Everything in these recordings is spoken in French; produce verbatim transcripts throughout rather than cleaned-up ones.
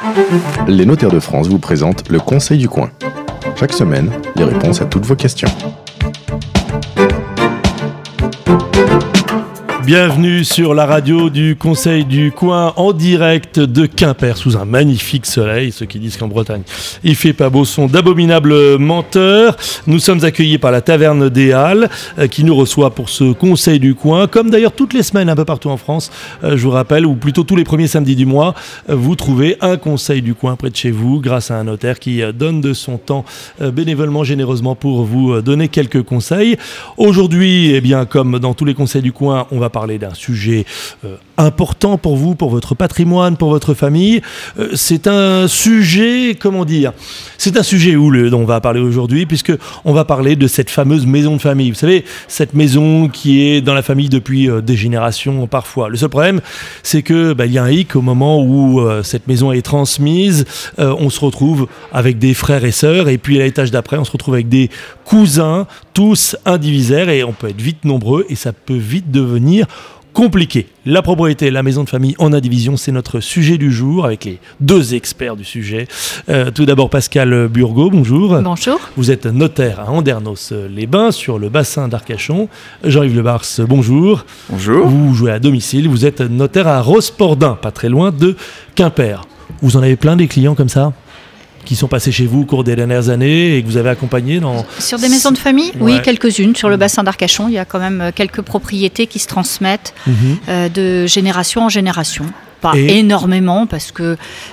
Les notaires de France vous présentent le Conseil du coin. Chaque semaine, les réponses à toutes vos questions. Bienvenue sur la radio du Conseil du coin en direct de Quimper sous un magnifique soleil. Ceux qui disent qu'en Bretagne il fait pas beau sont d'abominables menteurs. Nous sommes accueillis par la Taverne des Halles euh, qui nous reçoit pour ce Conseil du coin, comme d'ailleurs toutes les semaines un peu partout en France. Euh, je vous rappelle, ou plutôt tous les premiers samedis du mois, euh, vous trouvez un Conseil du coin près de chez vous grâce à un notaire qui euh, donne de son temps euh, bénévolement, généreusement pour vous euh, donner quelques conseils. Aujourd'hui, eh bien, comme dans tous les Conseils du coin, on va parler d'un sujet euh, important pour vous, pour votre patrimoine, pour votre famille. Euh, c'est un sujet, comment dire, c'est un sujet houleux dont on va parler aujourd'hui, puisque on va parler de cette fameuse maison de famille. Vous savez, cette maison qui est dans la famille depuis euh, des générations parfois. Le seul problème, c'est que bah, y a un hic au moment où euh, cette maison est transmise. Euh, on se retrouve avec des frères et sœurs, et puis à l'étage d'après, on se retrouve avec des cousins, tous indivisaires, et on peut être vite nombreux, et ça peut vite devenir compliqué. La propriété, la maison de famille en indivision, c'est notre sujet du jour avec les deux experts du sujet. Euh, tout d'abord Pascal Burgot, bonjour. Bonjour. Vous êtes notaire à Andernos-les-Bains sur le bassin d'Arcachon. Jean-Yves Lebars, bonjour. Bonjour. Vous jouez à domicile, vous êtes notaire à Rospordin, pas très loin de Quimper. Vous en avez plein des clients comme ça ? Qui sont passés chez vous au cours des dernières années et que vous avez accompagnés dans... Sur des maisons de famille ? Ouais. Oui, quelques-unes. Sur le bassin d'Arcachon, il y a quand même quelques propriétés qui se transmettent mmh. euh, de génération en génération. Pas et... énormément, parce que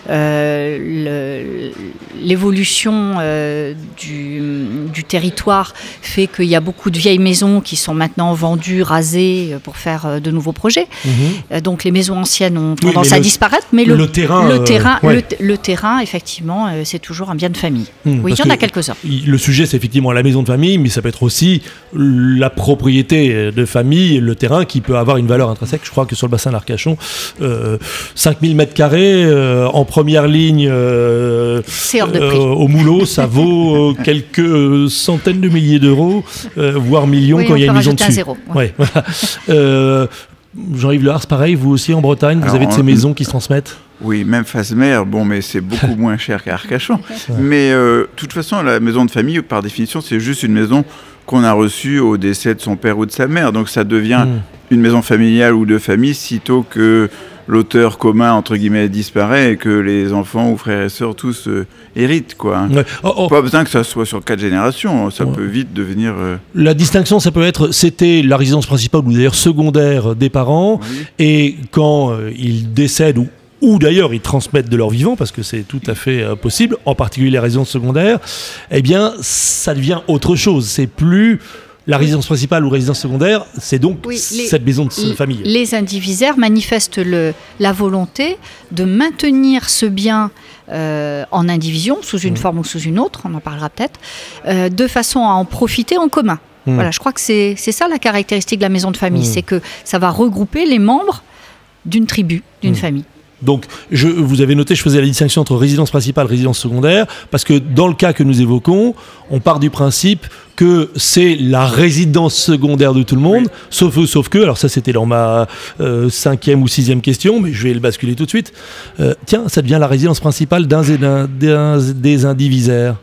euh, le, l'évolution euh, du, du territoire fait qu'il y a beaucoup de vieilles maisons qui sont maintenant vendues, rasées pour faire de nouveaux projets. Mmh. Euh, donc les maisons anciennes ont tendance oui, à le, disparaître, mais le, le terrain, le, terrain euh, ouais. le, le terrain, effectivement, euh, c'est toujours un bien de famille. Mmh, oui, il y en a quelques-uns. Le sujet, c'est effectivement la maison de famille, mais ça peut être aussi la propriété de famille, le terrain qui peut avoir une valeur intrinsèque. Je crois que sur le bassin d'Arcachon, euh, cinq mille mètres carrés euh, en première ligne euh, c'est hors de prix. Euh, au Moulot, ça vaut euh, quelques centaines de milliers d'euros, euh, voire millions oui, quand il y a une maison dessus. Zéro, ouais. Ouais, voilà. euh, Jean-Yves Lehars, pareil, vous aussi en Bretagne, Alors, vous avez de ces on... maisons qui se transmettent ? Oui, même Fasmer, bon, mais c'est beaucoup moins cher qu'à Arcachon. Ouais. Mais de euh, toute façon, la maison de famille, par définition, c'est juste une maison qu'on a reçue au décès de son père ou de sa mère. Donc ça devient mmh. une maison familiale ou de famille, sitôt que l'auteur commun, entre guillemets, disparaît et que les enfants ou frères et sœurs tous euh, héritent, quoi. Hein. Ouais. Oh, oh. Pas besoin que ça soit sur quatre générations, ça ouais. peut vite devenir... Euh... La distinction, ça peut être, c'était la résidence principale ou d'ailleurs secondaire des parents, oui. et quand euh, ils décèdent ou ou d'ailleurs ils transmettent de leur vivant, parce que c'est tout à fait euh, possible, en particulier les résidences secondaires, eh bien, ça devient autre chose. C'est plus la résidence principale ou résidence secondaire, c'est donc oui, les, cette maison de les, famille. Les indivisaires manifestent le, la volonté de maintenir ce bien euh, en indivision, sous une mmh. forme ou sous une autre, on en parlera peut-être, euh, de façon à en profiter en commun. Mmh. Voilà, je crois que c'est, c'est ça la caractéristique de la maison de famille, mmh. c'est que ça va regrouper les membres d'une tribu, d'une mmh. famille. Donc, je, vous avez noté, je faisais la distinction entre résidence principale et résidence secondaire, parce que dans le cas que nous évoquons, on part du principe que c'est la résidence secondaire de tout le monde, oui. sauf, sauf que, alors ça c'était dans ma euh, cinquième ou sixième question, mais je vais le basculer tout de suite, euh, tiens, ça devient la résidence principale d'un, d'un, d'un des indivisaires.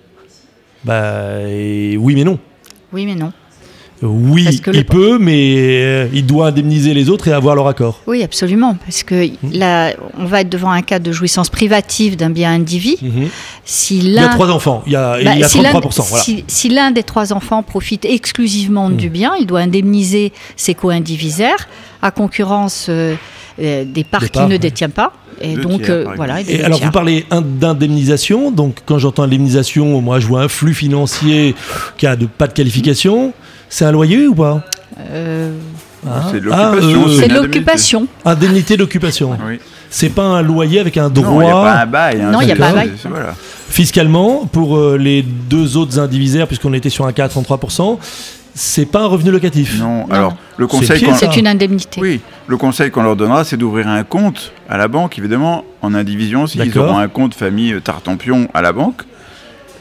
Bah, et oui mais non. Oui mais non. Oui, il le... peut, mais euh, il doit indemniser les autres et avoir leur accord. Oui, absolument, parce que mmh. là, on va être devant un cas de jouissance privative d'un bien indivis. Mmh. Si l'un... Il y a trois enfants, il y a, bah, il y a si trente-trois pour cent. Voilà. Si, si l'un des trois enfants profite exclusivement mmh. du bien, il doit indemniser ses co-indivisaires à concurrence euh, euh, des parts qu'il ne ouais. détient pas. Et deux donc, tiers, euh, voilà. Et, et alors, tiers. Vous parlez d'indemnisation. Donc, quand j'entends indemnisation, moi, je vois un flux financier qui a de, pas de qualification. C'est un loyer ou pas ? euh... ah. C'est de l'occupation. Ah, euh, c'est de l'occupation. Indemnité d'occupation. Oui. C'est pas un loyer avec un droit. Non, il n'y a pas un bail. Hein, non, il n'y a pas un bail. C'est, voilà. Fiscalement, pour euh, les deux autres indivisaires, puisqu'on était sur un cas à trente-trois pour cent, c'est pas un revenu locatif. Non, non. alors le conseil c'est, qu'on... c'est une indemnité. Oui, le conseil qu'on leur donnera, c'est d'ouvrir un compte à la banque, évidemment, en indivision aussi. D'accord. Ils auront un compte famille Tartampion à la banque.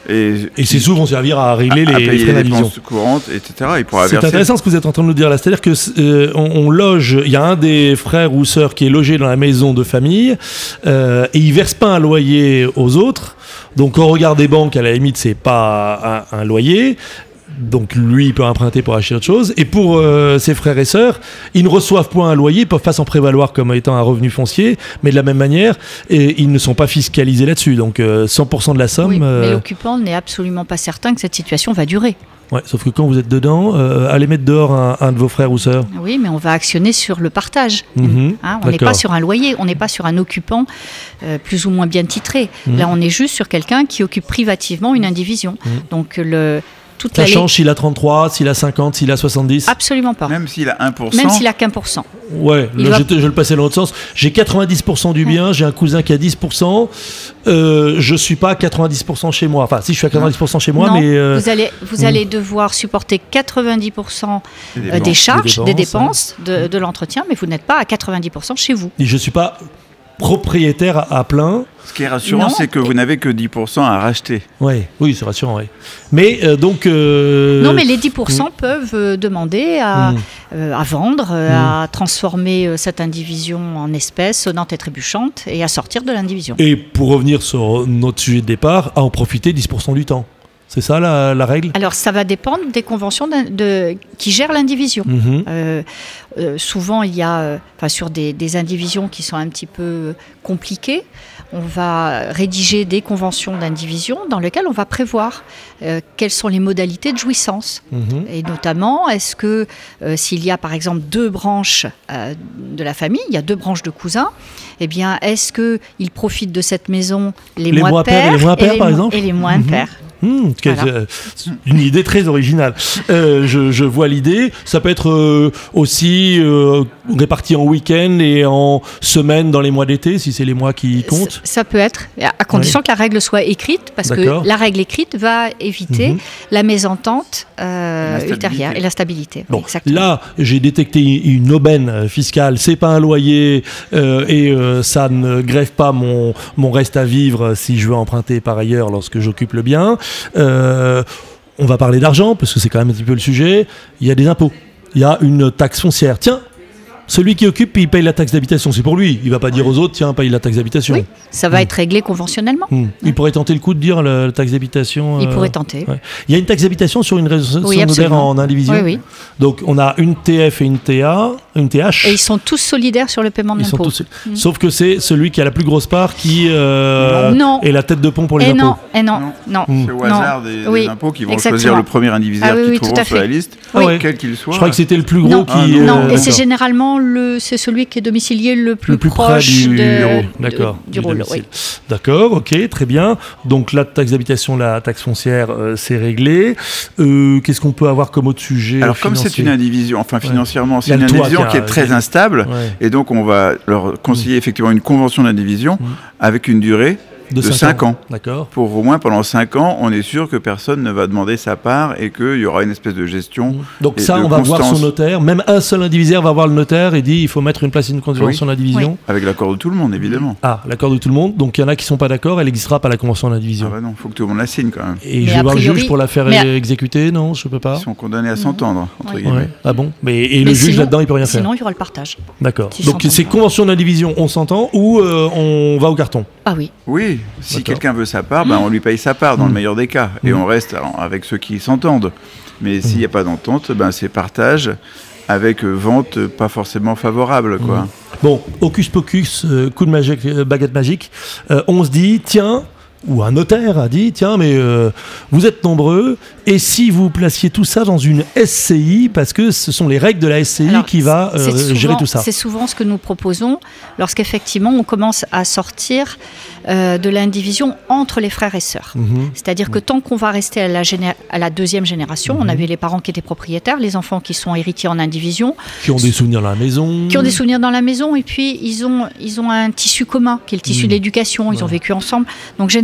Et, et ces sous vont servir à régler à, les, à payer les les dépenses courantes, et cetera. Il pourra c'est verser. intéressant ce que vous êtes en train de nous dire là. C'est-à-dire que euh, on, on loge, il y a un des frères ou sœurs qui est logé dans la maison de famille euh, et il verse pas un loyer aux autres. Donc au regard des banques, à la limite, c'est pas un, un loyer. Donc lui, il peut emprunter pour acheter autre chose. Et pour euh, ses frères et sœurs, ils ne reçoivent point un loyer, ils peuvent pas s'en prévaloir comme étant un revenu foncier, mais de la même manière, et ils ne sont pas fiscalisés là-dessus. Donc euh, cent pour cent de la somme. Oui, mais euh, l'occupant n'est absolument pas certain que cette situation va durer. Ouais, sauf que quand vous êtes dedans, euh, allez mettre dehors un, un de vos frères ou sœurs. Oui, mais on va actionner sur le partage. Mmh, hein, on n'est d'accord. pas sur un loyer, on n'est pas sur un occupant euh, plus ou moins bien titré. Mmh. Là, on est juste sur quelqu'un qui occupe privativement une indivision. Mmh. Donc, le, toute Ça la change s'il a trente-trois, s'il a cinquante, s'il a soixante-dix. Absolument pas. Même s'il a un pour cent. Même s'il a qu'un pour cent. Ouais, Il là, va- je, je le passais dans l'autre sens. J'ai quatre-vingt-dix pour cent du bien, j'ai un cousin qui a dix pour cent. Euh, je suis pas à quatre-vingt-dix pour cent chez moi. Enfin, si je suis à quatre-vingt-dix pour cent chez moi, non, mais euh, vous allez, vous mmh. allez devoir supporter quatre-vingt-dix pour cent Des euh, dépenses. des charges, Des des dépenses, dépenses, de, de l'entretien, mais vous n'êtes pas à quatre-vingt-dix pour cent chez vous. je suis pas propriétaire à, à plein. Ce qui est rassurant, Non. c'est que vous n'avez que dix pour cent à racheter. Ouais, oui, c'est rassurant. Ouais. Mais euh, donc. euh, Non, mais les dix pour cent peuvent euh, demander à, Mmh. euh, à vendre, euh, Mmh. à transformer euh, cette indivision en espèces sonnantes et trébuchantes et à sortir de l'indivision. Et pour revenir sur notre sujet de départ, à en profiter dix pour cent du temps. C'est ça la, la règle. Alors, ça va dépendre des conventions d'in- de, qui gèrent l'indivision. Mhm. Euh, euh, souvent, il y a, euh, enfin, sur des, des indivisions qui sont un petit peu compliquées, on va rédiger des conventions d'indivision dans lesquelles on va prévoir euh, quelles sont les modalités de jouissance. Mhm. Et notamment, est-ce que euh, s'il y a par exemple deux branches euh, de la famille, il y a deux branches de cousins, eh bien, est-ce qu'ils profitent de cette maison les, Les mois pairs et les moins pairs, par mo- exemple Et les moins Mhm. pairs. Mmh, quelle- Voilà. euh, c'est une idée très originale. Euh, je, je vois l'idée. Ça peut être euh, aussi euh, réparti en week-end et en semaine dans les mois d'été, si c'est les mois qui comptent. Ça, ça peut être, à condition que la règle soit écrite, parce D'accord. que la règle écrite va éviter Mhm. la mésentente euh, Et la ultérieure stabilité. et la stabilité. Bon, Exactement. là, j'ai détecté une aubaine euh, fiscale. C'est pas un loyer euh, et euh, ça ne grève pas mon, mon reste à vivre si je veux emprunter par ailleurs lorsque j'occupe le bien. Euh, on va parler d'argent parce que c'est quand même un petit peu le sujet. Il y a des impôts. Il y a une taxe foncière. Tiens, celui qui occupe, il paye la taxe d'habitation. C'est pour lui. Il va pas dire aux autres, tiens, paye la taxe d'habitation. Oui, ça va Mhm. être réglé conventionnellement. Hmm. Il pourrait tenter le coup de dire la, la taxe d'habitation. Il euh, pourrait tenter. ouais. Il y a une taxe d'habitation sur une résolution Oui, notaire absolument. en indivision. Oui, oui. Donc on a une T F et une T A, une T H. Et ils sont tous solidaires sur le paiement de Ils sont l'impôt. tous- Sauf que c'est celui qui a la plus grosse part qui euh, Non. est la tête de pont pour les Et impôts. non, et non, non. Mm. C'est au Non. hasard des, des Oui, impôts qui vont exactement. choisir le premier indivisaire Ah oui, qu'ils oui, tout trouveront à sur la fait. liste, Ah ouais. quel qu'il soit. Je crois que c'était le plus gros Non. qui. Ah, euh, Non, et d'accord. c'est généralement le, c'est celui qui est domicilié le plus, le plus près proche du de- bureau. de- D'accord. du rôle. domicile. Oui. D'accord, ok, très bien. Donc la taxe d'habitation, la taxe foncière, euh, c'est réglé. Euh, Qu'est-ce qu'on peut avoir comme autre sujet Alors comme c'est financier une indivision, enfin financièrement, Il y c'est a une le toit indivision qui a- qui est très qui a- instable, Ouais. et donc on va leur conseiller effectivement une convention d'indivision Mm. avec une durée de cinq cinq ans. D'accord. Pour au moins pendant cinq ans, on est sûr que personne ne va demander sa part et qu'il y aura une espèce de gestion. Donc Et ça, de on va voir constance. son notaire. Même un seul indivisaire va voir le notaire et dit il faut mettre une place et une convention d'indivision. Avec l'accord de tout le monde, évidemment. Ah, l'accord de tout le monde. Donc il y en a qui sont pas d'accord, elle n'existera pas la convention d'indivision. Ah bah non, il faut que tout le monde la signe quand même. Et Mais je vais a voir le priori- juge pour la faire mais a- exécuter. Non, je peux pas. Ils sont condamnés à s'entendre, entre Oui. guillemets. Ouais. Ah bon. Mais et le Mais juge sinon- là-dedans, il peut rien faire. Sinon, il y aura le partage. D'accord. s'ils Donc s'entendent c'est pas. convention d'indivision, on s'entend ou euh, on va au carton. Ah oui. Oui, si D'accord. quelqu'un veut sa part, ben, on lui paye sa part dans Mm. le meilleur des cas. Et Mm. on reste en- avec ceux qui s'entendent. Mais s'il n'y a pas d'entente, ben, c'est partage avec euh, vente euh, pas forcément favorable. Quoi. Bon, hocus pocus, euh, coup de magique, euh, baguette magique. Euh, on se dit tiens. Ou un notaire a dit, tiens, mais euh, vous êtes nombreux, et si vous placiez tout ça dans une S C I, parce que ce sont les règles de la S C I Alors, qui va euh, c'est souvent- gérer tout ça. C'est souvent ce que nous proposons lorsqu'effectivement on commence à sortir euh, de l'indivision entre les frères et sœurs. Mhm. C'est-à-dire que tant qu'on va rester à la, géné- à la deuxième génération, on avait les parents qui étaient propriétaires, les enfants qui sont héritiers en indivision, Qui ont des souvenirs dans la maison. qui ont des souvenirs dans la maison, et puis ils ont, ils ont un tissu commun, qui est le tissu Mhm. de l'éducation, ils ont Ouais. vécu ensemble. Donc généralement,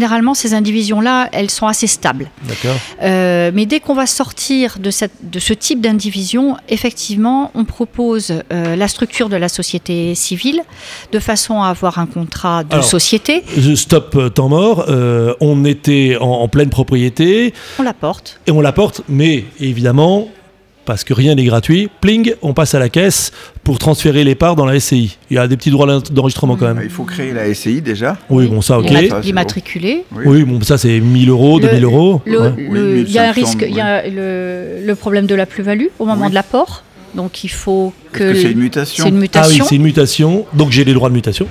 généralement, ces indivisions-là, elles sont assez stables. D'accord. Euh, mais dès qu'on va sortir de, cette, de ce type d'indivision, effectivement, on propose euh, la structure de la société civile de façon à avoir un contrat de Alors, société. Stop, euh, temps mort. Euh, on était en, en pleine propriété. On la porte. Et on la porte, mais évidemment, parce que rien n'est gratuit, pling, on passe à la caisse pour transférer les parts dans la S C I. Il y a des petits droits d'enregistrement quand même. Il faut créer la S C I déjà. Oui, bon, ça, ok. L'imma- L'immatriculer. Oui. Oui, bon, ça, c'est mille euros, deux mille euros. Le, Ouais. le- Oui, il y a un mille cinq cents, risque, il y a le, le problème de la plus-value au moment Oui. de l'apport. Donc il faut que. Parce que c'est une mutation. C'est une Ah oui, mutation. c'est une mutation, donc j'ai des droits de mutation.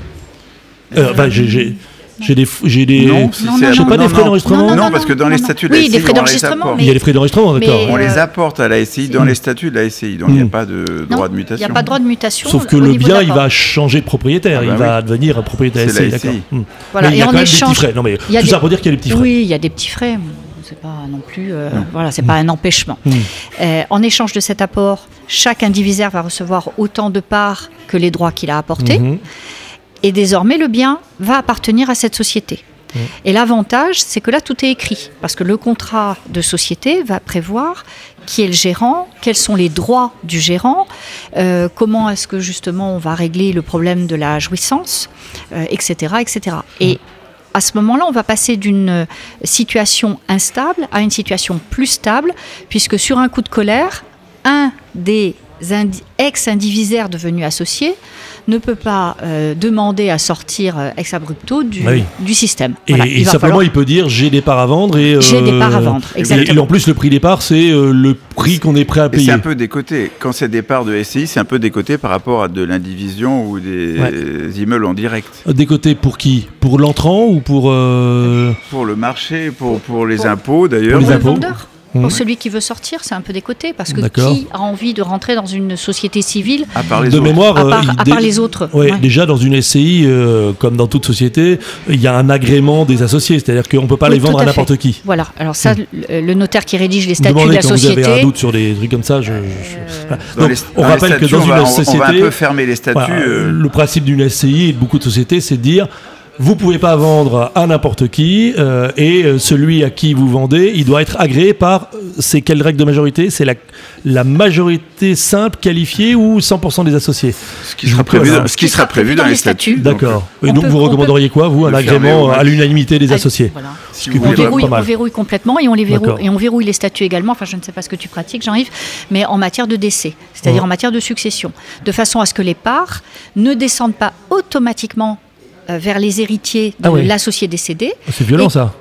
Euh, Enfin, j'ai, j'ai, j'ai des... J'ai des... Non, si Non, c'est non, Je sais non, pas, non, des frais non. d'enregistrement Non, Non, non, parce que dans non, les non. statuts de Oui, la S C I, des frais on les d'enregistrement, apporte. mais- Il y a les frais d'enregistrement, Mais- d'accord. On Euh, les apporte à la S C I dans Mm. les statuts de la S C I, donc il n'y a Mm. pas de Non, droit de il n'y mutation. a pas de droit de mutation. Sauf que au le niveau de bien, il l'apport. va changer de propriétaire. Ah bah il va devenir propriétaire C'est S C I, la S C I. d'accord. Hmm. Voilà, Mais il y et a en quand même des échange- petits frais. Non, mais il y a tout des- ça pour dire qu'il y a des petits frais. Oui, il y a des petits frais. C'est pas non plus. euh, Non. voilà, c'est pas un empêchement. Hmm. Euh, en échange de cet apport, chaque indivisaire va recevoir autant de parts que les droits qu'il a apportés. Mhm. Et désormais, le bien va appartenir à cette société. Mmh. Et l'avantage, c'est que là, tout est écrit. Parce que le contrat de société va prévoir qui est le gérant, quels sont les droits du gérant, euh, comment est-ce que justement on va régler le problème de la jouissance, euh, et cetera, et cetera. Et à ce moment-là, on va passer d'une situation instable à une situation plus stable, puisque sur un coup de colère, un des indi- ex-indivisaires devenus associés ne peut pas euh, demander à sortir euh, ex abrupto du, Oui. du système. Et, Voilà, et il va simplement, falloir- il peut dire j'ai des parts à vendre. Et, euh, J'ai des parts à vendre, et- exactement. Et, en plus, le prix des parts, c'est euh, le prix qu'on est prêt à Et payer. c'est un peu décoté. Quand c'est des parts de S C I, c'est un peu décoté par rapport à de l'indivision ou des immeubles en direct. Des côtés pour qui? Pour l'entrant ou pour... euh, Pour le marché, pour, pour les Pour- impôts d'ailleurs. Pour Pour les le impôts. vendeur. Mmh. Pour celui qui veut sortir, c'est un peu décoté, parce que D'accord. qui a envie de rentrer dans une société civile, À part les de autres. mémoire, à euh, part, il à dé- part les autres? Ouais, Ouais. déjà dans une S C I, euh, comme dans toute société, il y a un agrément des associés, c'est-à-dire qu'on ne peut pas Oui, les vendre tout à à n'importe fait. qui. Voilà, alors ça, le, le notaire qui rédige les Vous statuts de demandez la quand vous avez un société, doute sur des trucs comme ça. Je, je- je- voilà. Dans Donc, les- on dans les rappelle que statuts, dans on une va, on- société, on va un peu fermer les statuts. voilà, euh, le principe d'une S C I et de beaucoup de sociétés, c'est de dire vous pouvez pas vendre à n'importe qui euh, et euh, celui à qui vous vendez, il doit être agréé par euh, c'est quelle règle de majorité? C'est la, la majorité simple qualifiée ou cent pour cent des associés? ce qui sera prévu, Voilà. dans, ce qui sera prévu dans les statuts. D'accord. Et on donc peut- vous on recommanderiez quoi, vous, un le fermer agrément au à max. l'unanimité des Ah, associés? voilà. Si Ce qui vous vous On voulez, plaît verrouille, pas mal. on verrouille complètement et on, les verrouille, D'accord. et on verrouille les statuts également, enfin je ne sais pas ce que tu pratiques Jean-Yves, mais en matière de décès, c'est-à-dire Ouais. en matière de succession, de façon à ce que les parts ne descendent pas automatiquement euh, vers les héritiers de Ah oui. l'associé décédé. C'est violent Et- ça.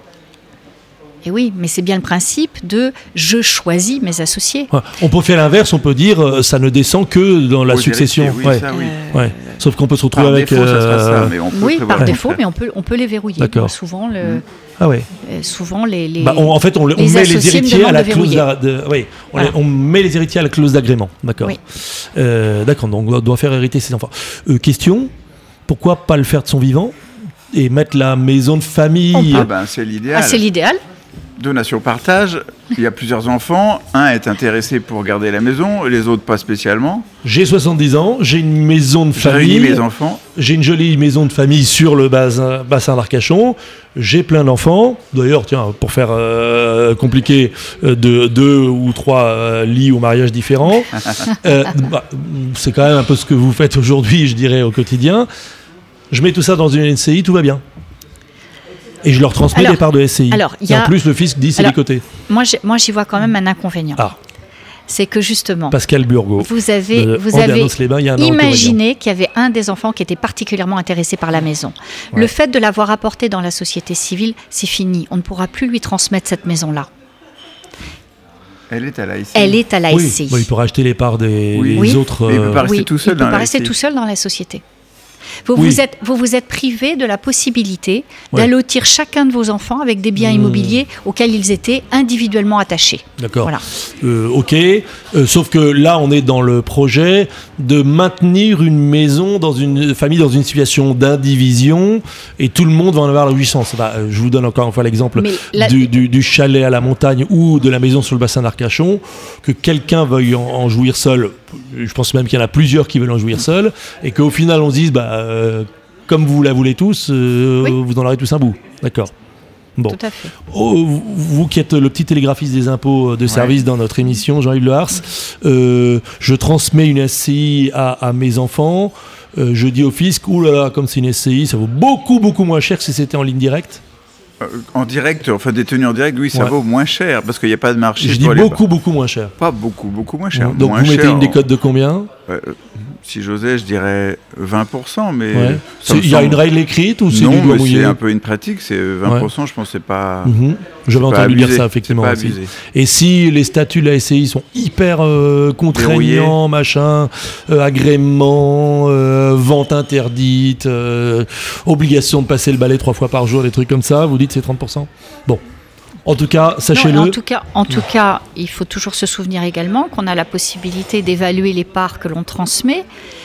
Et oui, mais c'est bien le principe de je choisis mes associés. Ouais. On peut faire l'inverse, on peut dire euh, ça ne descend que dans la aux succession. héritiers, oui, Ouais. ça, oui. Euh, Ouais. Sauf qu'on peut se retrouver Par avec. défaut, ça sera euh, ça, mais on peut Oui, prévoir par le défaut, contraire. mais on peut, on peut les verrouiller. D'accord. Souvent, le, Ah ouais. euh, souvent les, les- Bah, on- en fait, on, on les met les associés me héritiers à demandent la de clause verrouiller. d'a- de, oui, on, Voilà. les- on met les héritiers à la clause d'agrément. D'accord. Oui. Euh, D'accord. Donc on doit faire hériter ses enfants. Euh, question pourquoi pas le faire de son vivant et mettre la maison de famille? Ah ben, c'est l'idéal. Ah, c'est l'idéal. Donation-partage, il y a plusieurs enfants, un est intéressé pour garder la maison, les autres pas spécialement. J'ai soixante-dix ans, j'ai une maison de Je réunis famille. mes enfants. J'ai une jolie maison de famille sur le bassin, bassin d'Arcachon. J'ai plein d'enfants. D'ailleurs, tiens, pour faire euh, compliqué, euh, de deux ou trois euh, lits au mariage différents. Euh, bah, c'est quand même un peu ce que vous faites aujourd'hui, je dirais, au quotidien. Je mets tout ça dans une N C I, tout va bien. Et je leur transmets Alors- des parts de S C I. alors, il y Et en a- plus, le fisc dit c'est Alors- des côtés. Moi, j'ai- moi, j'y vois quand même un inconvénient. Ah, C'est que justement, Pascal Burgot. vous avez, de vous avez Andernos-les-Bains, il y a un inconvénient. imaginé qu'il y avait un des enfants qui était particulièrement intéressé par la maison. Ouais. Le fait de l'avoir apporté dans la société civile, c'est fini. On ne pourra plus lui transmettre cette maison-là. Elle est à la S C I. Elle est à la Oui, S C I. bon, il peut racheter les parts des Oui. Oui. autres. Mais il peut euh, pas rester Oui, tout seul il dans peut la pas rester S C I. tout seul dans la société. Vous, Oui. vous, êtes, vous vous êtes privé de la possibilité Ouais. d'allotir chacun de vos enfants avec des biens Mmh. immobiliers auxquels ils étaient individuellement attachés. D'accord. Voilà. Euh, ok. Euh, sauf que là, on est dans le projet de maintenir une maison dans une famille dans une situation d'indivision et tout le monde va en avoir la jouissance. Bah, euh, je vous donne encore une fois l'exemple Mais la- du, du- du chalet à la montagne ou de la maison sur le bassin d'Arcachon. Que quelqu'un veuille en, en jouir seul. Je pense même qu'il y en a plusieurs qui veulent en jouir seul et qu'au final, on se dise, bah, euh, comme vous la voulez tous, euh, Oui. vous en aurez tous un bout. D'accord. Bon. Tout à fait. Oh, vous, vous qui êtes le petit télégraphiste des impôts de service ouais. dans notre émission, Jean-Yves Lehars, euh, je transmets une S C I à, à mes enfants. Euh, je dis au fisc, oulala, comme c'est une S C I, ça vaut beaucoup, beaucoup moins cher que si c'était en ligne directe. Euh, en direct, enfin détenu en direct, oui, ça ouais. vaut moins cher parce qu'il n'y a pas de marché. Je dis beaucoup, pas. beaucoup moins cher. Pas beaucoup, beaucoup moins cher. Ouais. Donc moins vous mettez cher, une décote de combien ? euh, Si j'osais, je dirais vingt pour cent, mais... Ouais. Il y a une règle écrite ou c'est non, du doigt mais mouillé ? C'est un peu une pratique, c'est vingt pour cent, ouais. je pense que c'est pas... Mm-hmm. J'avais c'est entendu pas dire ça, effectivement. Pas aussi. abusé. Et si les statuts de la S C I sont hyper euh, contraignants, Verrouillé. machin, euh, agrément, euh, vente interdite, euh, obligation de passer le balai trois fois par jour, des trucs comme ça, vous dites c'est trente pour cent ? Bon. En tout cas, sachez-le. Non, en tout cas, en tout cas, il faut toujours se souvenir également qu'on a la possibilité d'évaluer les parts que l'on transmet.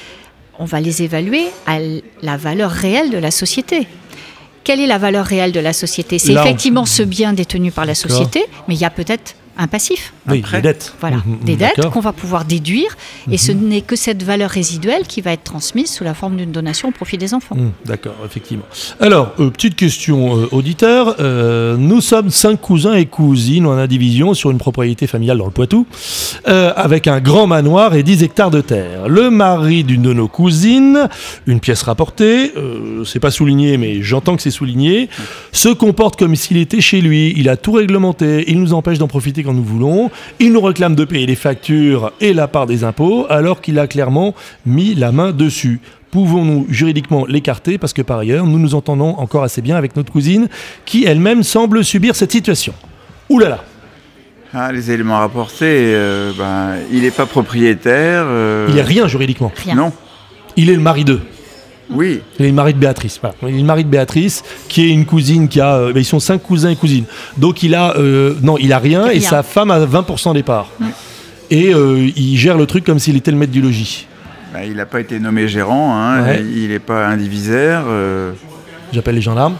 On va les évaluer à la valeur réelle de la société. Quelle est la valeur réelle de la société ? C'est Là, effectivement on... ce bien détenu par la D'accord. société, mais il y a peut-être un passif. Oui, des dettes. Voilà, mmh, des dettes qu'on va pouvoir déduire, et mmh. ce n'est que cette valeur résiduelle qui va être transmise sous la forme d'une donation au profit des enfants. Mmh, d'accord, effectivement. Alors, euh, petite question euh, auditeur. Euh, nous sommes cinq cousins et cousines en indivision sur une propriété familiale dans le Poitou, euh, avec un grand manoir et dix hectares de terre. Le mari d'une de nos cousines, une pièce rapportée, euh, c'est pas souligné, mais j'entends que c'est souligné, se comporte comme s'il était chez lui. Il a tout réglementé, il nous empêche d'en profiter quand nous voulons, il nous réclame de payer les factures et la part des impôts alors qu'il a clairement mis la main dessus. Pouvons-nous juridiquement l'écarter parce que par ailleurs nous nous entendons encore assez bien avec notre cousine qui elle-même semble subir cette situation. Ouh là là. Ah, les éléments rapportés, euh, ben, il n'est pas propriétaire. Euh... Il n'est rien juridiquement. Rien. Non. Il est le mari d'eux. Oui. Il est le mari de Béatrice. Voilà. Il est le mari de Béatrice, qui est une cousine qui a. Euh, ben ils sont cinq cousins et cousines. Donc il a. Euh, non, il a rien, rien et sa femme a vingt pour cent des parts. Mmh. Et euh, il gère le truc comme s'il était le maître du logis. Ben, il n'a pas été nommé gérant, hein, ouais. Il n'est pas indivisaire. Euh... J'appelle les gendarmes.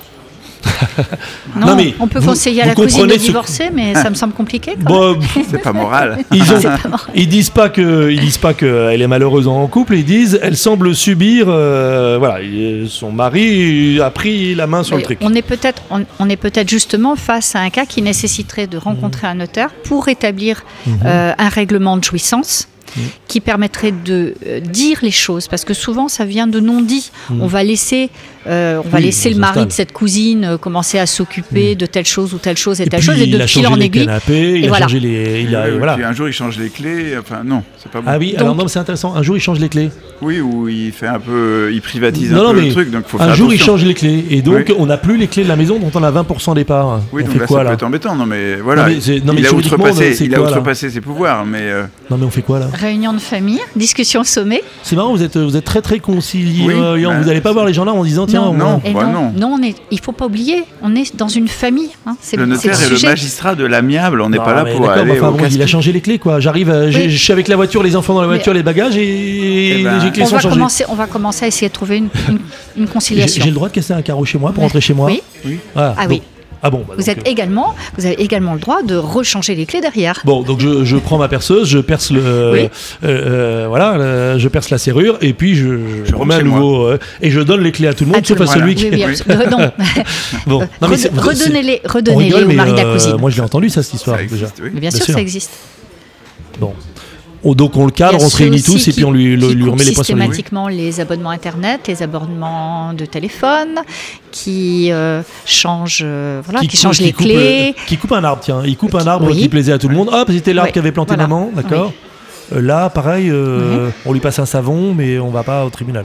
Non, non mais on peut vous, conseiller à la cousine de divorcer, ce... mais ça me semble compliqué. Quand bon, c'est pas moral. Ils, ont, pas moral. ils disent pas que, ils disent pas qu'elle est malheureuse en couple. Ils disent, elle semble subir. Euh, voilà, son mari a pris la main sur mais le truc. On est peut-être, on, on est peut-être justement face à un cas qui nécessiterait de rencontrer mmh. un notaire pour établir mmh. euh, un règlement de jouissance. Mmh. Qui permettrait de euh, dire les choses, parce que souvent ça vient de non-dits. Mmh. On va laisser, euh, on oui, va laisser le mari de cette cousine euh, commencer à s'occuper mmh. de telle chose ou telle chose et, et telle chose, et de fil en aiguille. Il a voilà. changé les, il a, oui, voilà. Puis un jour il change les clés. Enfin non, c'est pas bon. Ah oui, donc, alors non, c'est intéressant. Un jour il change les clés. Oui, ou il fait un peu, il privatise non, un non, peu le truc, donc faut faire un jour attention. Il change les clés, et donc oui. on n'a plus les clés de la maison dont on a vingt pour cent des parts. Oui, on donc fait là quoi, ça là peut être embêtant. Non mais voilà, non, mais non, mais il a outrepassé, c'est il a quoi, outrepassé ses pouvoirs, mais. Euh... Non mais on fait quoi là ? Réunion de famille, discussion au sommet. C'est marrant, vous êtes vous êtes très très conciliant. Oui, bah, vous n'allez pas voir les gens là en disant tiens. Non, non, et bah non, non. non, on est, il faut pas oublier, on est dans une famille. Hein, c'est, le notaire c'est est le, le magistrat de l'amiable, on n'est pas là pour aller enfin, au bon, il a changé les clés quoi. J'arrive, oui. je suis avec la voiture, les enfants dans la voiture, mais les bagages et, et ben, les clés on sont va changées. Commencer, on va commencer à essayer de trouver une, une, une conciliation. J'ai, j'ai le droit de casser un carreau chez moi pour oui. rentrer chez moi. Oui. oui. Voilà, ah donc, oui. Ah bon, bah vous, êtes euh... également, vous avez également le droit de rechanger les clés derrière. Bon, donc je, je prends ma perceuse, je perce le, oui. euh, euh, voilà, le, je perce la serrure et puis je, je, je remets à nouveau euh, et je donne les clés à tout le monde, à sauf à voilà. celui qui. Oui, oui, oui. non. bon, non, mais c'est, redonnez-les, redonnez-les au mari de la cousine. Euh, moi, je l'ai entendu ça cette histoire ça existe, déjà. Oui. Mais bien, bien sûr, sûr, ça existe. Bon. Donc on le cadre, on se réunit tous et puis on lui, qui lui remet les points sur les systématiquement les abonnements internet, les abonnements de téléphone, qui euh, change, euh, voilà, qui, qui change les coupe, clés, euh, qui coupe un arbre, tiens, il coupe un arbre oui. qui plaisait à tout le monde. Hop, c'était l'arbre oui. qui avait planté voilà. maman, d'accord. Oui. Euh, là, pareil, euh, oui. on lui passe un savon, mais on va pas au tribunal.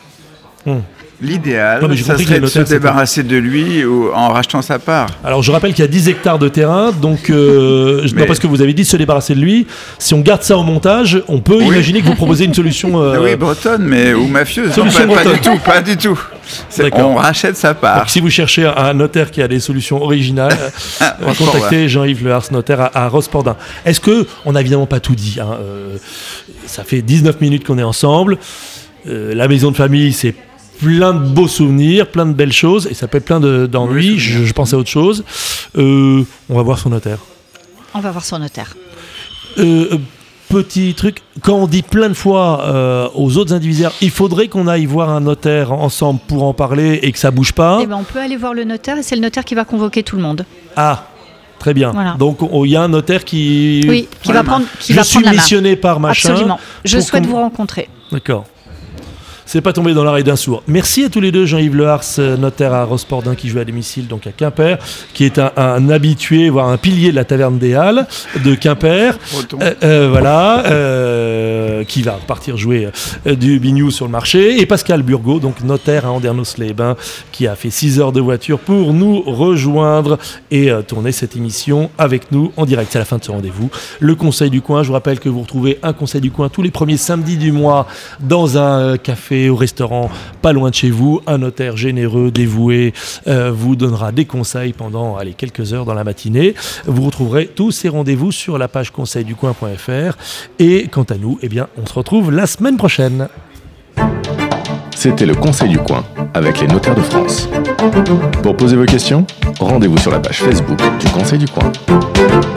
Hum. L'idéal, non, ça serait de se débarrasser de lui ou en rachetant sa part. Alors je rappelle qu'il y a dix hectares de terrain, donc euh, mais... non parce que vous avez dit de se débarrasser de lui. Si on garde ça au montage, on peut oui. imaginer que vous proposez une solution. Euh... Oui, bretonne, mais ou mafieuse. Solution non, pas, pas du tout, pas du tout. On rachète sa part. Donc, si vous cherchez un notaire qui a des solutions originales, on va contacter Jean-Yves Lehars, notaire à, à Rospordin. Est-ce que on n'a évidemment pas tout dit hein, euh, ça fait dix-neuf minutes qu'on est ensemble. Euh, la maison de famille, c'est plein de beaux souvenirs, plein de belles choses, et ça peut être plein de, d'ennuis. Oui, je, je pense à autre chose. Euh, on va voir son notaire. On va voir son notaire. Euh, petit truc, quand on dit plein de fois euh, aux autres indivisaires, il faudrait qu'on aille voir un notaire ensemble pour en parler et que ça bouge pas. Eh ben, on peut aller voir le notaire et c'est le notaire qui va convoquer tout le monde. Ah, très bien. Voilà. Donc il y a un notaire qui. Oui, qui va prendre. Qui Je va suis prendre missionné par machin. Absolument. Je souhaite vous rencontrer. D'accord. C'est pas tombé dans l'oreille d'un sourd. Merci à tous les deux, Jean-Yves Lehars, notaire à Rospordin qui joue à domicile, donc à Quimper, qui est un, un habitué, voire un pilier de la taverne des Halles de Quimper. Euh, euh, voilà, euh, qui va partir jouer euh, du biniou sur le marché. Et Pascal Burgot, donc notaire à Andernos-les-Bains, qui a fait six heures de voiture pour nous rejoindre et euh, tourner cette émission avec nous en direct. C'est la fin de ce rendez-vous. Le Conseil du Coin, je vous rappelle que vous retrouvez un Conseil du Coin tous les premiers samedis du mois dans un euh, café au restaurant pas loin de chez vous. Un notaire généreux, dévoué euh, vous donnera des conseils pendant allez, quelques heures dans la matinée. Vous retrouverez tous ces rendez-vous sur la page conseil du coin point f r et quant à nous, eh bien, on se retrouve la semaine prochaine. C'était le Conseil du Coin avec les notaires de France. Pour poser vos questions, rendez-vous sur la page Facebook du Conseil du Coin.